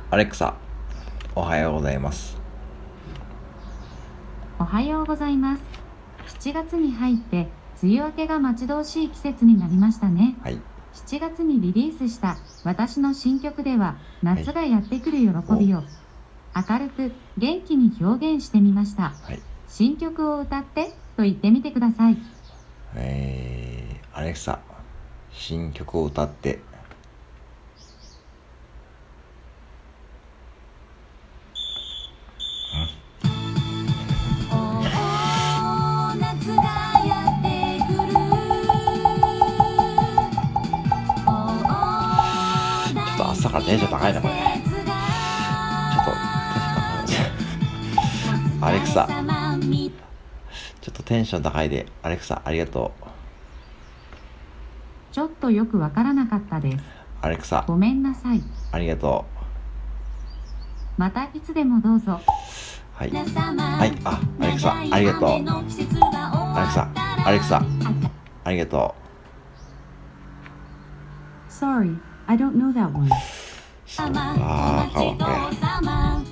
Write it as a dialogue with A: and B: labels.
A: アレクサ、おはようございます。
B: おはようございます。7月に入って梅雨明けが待ち遠しい季節になりましたね。
A: はい。
B: 7月にリリースした私の新曲では夏がやってくる喜びを明るく元気に表現してみました。
A: はい。
B: 新曲を歌ってと言ってみてください。
A: アレクサ、新曲を歌って。朝からテンション高いなこれ。ちょっとアレクサ、ちょっとテンション高いで。アレクサ、ありがとう。
B: ちょっとよくわからなかったです。
A: アレクサ、
B: ごめんなさい。
A: ありがと
B: う。またいつでもどうぞ。
A: はい。はい。アレクサ、ありがとう。アレクサ、アレクサ、ありがとう。
B: Sorry, I don't know that one.
A: これ。